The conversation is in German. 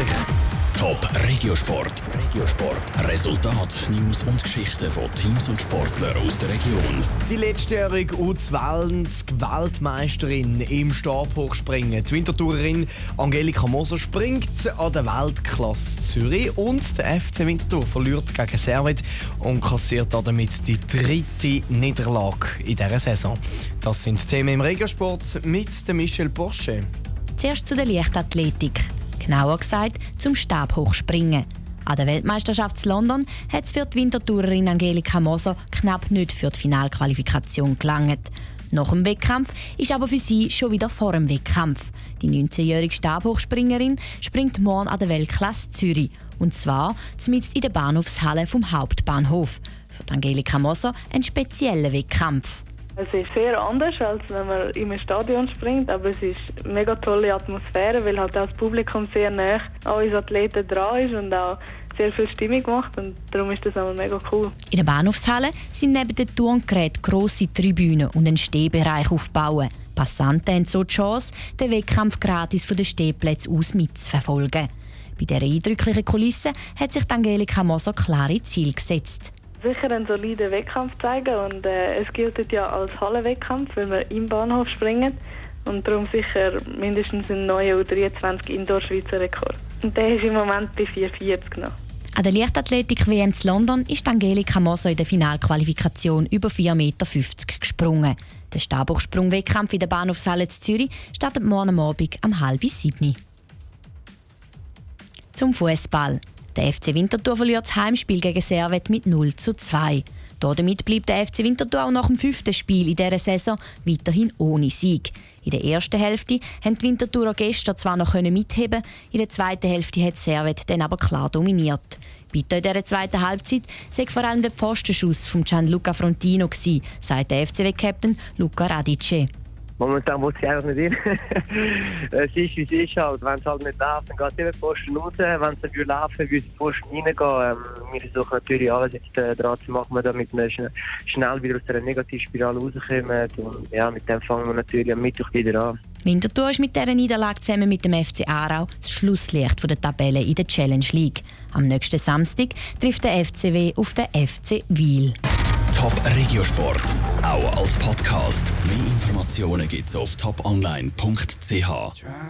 täglich. Top Regiosport. Resultat, News und Geschichten von Teams und Sportlern aus der Region. Die letztjährige U20-Weltmeisterin im Stabhochspringen, die Winterthurerin Angelika Moser, springt an der Weltklasse Zürich und der FC Winterthur verliert gegen Servet und kassiert damit die 3. Niederlage in dieser Saison. Das sind Themen im Regiosport mit Michel Porsche. Zuerst zu der Leichtathletik. Genauer gesagt zum Stabhochspringen. An der Weltmeisterschaft in London hat es für die Winterthurerin Angelika Moser knapp nicht für die Finalqualifikation gelangt. Nach dem Wettkampf ist aber für sie schon wieder vor dem Wettkampf. Die 19-jährige Stabhochspringerin springt morgen an der Weltklasse Zürich. Und zwar mitten in der Bahnhofshalle vom Hauptbahnhof. Für Angelika Moser ein spezieller Wettkampf. Es ist sehr anders, als wenn man im Stadion springt, aber es ist eine mega tolle Atmosphäre, weil halt auch das Publikum sehr nah an uns Athleten dran ist und auch sehr viel Stimmung macht und darum ist das auch mega cool. In der Bahnhofshalle sind neben den Turngeräten grosse Tribünen und einen Stehbereich aufgebaut. Passanten haben so die Chance, den Wettkampf gratis von den Stehplätzen aus mitzuverfolgen. Bei dieser eindrücklichen Kulisse hat sich Angelika Moser klare Ziele gesetzt. Sicher einen soliden Wettkampf zeigen und es gilt ja als Hallenwettkampf, weil wir im Bahnhof springen und darum sicher mindestens einen neuen U23 Indoor-Schweizer Rekord. Und der ist im Moment bei 4,40 noch. An der Leichtathletik-WM in London ist Angelika Moser in der Finalqualifikation über 4,50 Meter gesprungen. Der Stabhochsprung-Wettkampf in der Bahnhofshalle in Zürich startet morgen Abend um 6:30. Zum Fußball. Der FC Winterthur verliert das Heimspiel gegen Servet mit 0:2. Damit bleibt der FC Winterthur auch nach dem 5. Spiel in dieser Saison weiterhin ohne Sieg. In der ersten Hälfte haben die Winterthurer gestern zwar noch mitheben, in der zweiten Hälfte hat Servet dann aber klar dominiert. Bitte in dieser zweiten Halbzeit sei vor allem der Pfostenschuss von Gianluca Frontino gewesen, sagt der FCW-Captain Luca Radice. Momentan will sie einfach nicht rein. Es ist, wie es ist halt. Wenn es halt nicht läuft, dann geht es eben Posten raus. Wenn es dann laufen würde, würde die Posten reingehen. Wir versuchen natürlich alles jetzt dran zu machen, damit wir schnell wieder aus der Negativspirale rauskommen. Und ja, mit dem fangen wir natürlich am Mittwoch wieder an. Winterthur ist mit dieser Niederlage zusammen mit dem FC Aarau das Schlusslicht der Tabelle in der Challenge League. Am nächsten Samstag trifft der FCW auf den FC Wil. Top Regiosport, auch als Podcast. Mehr Informationen gibt's auf toponline.ch.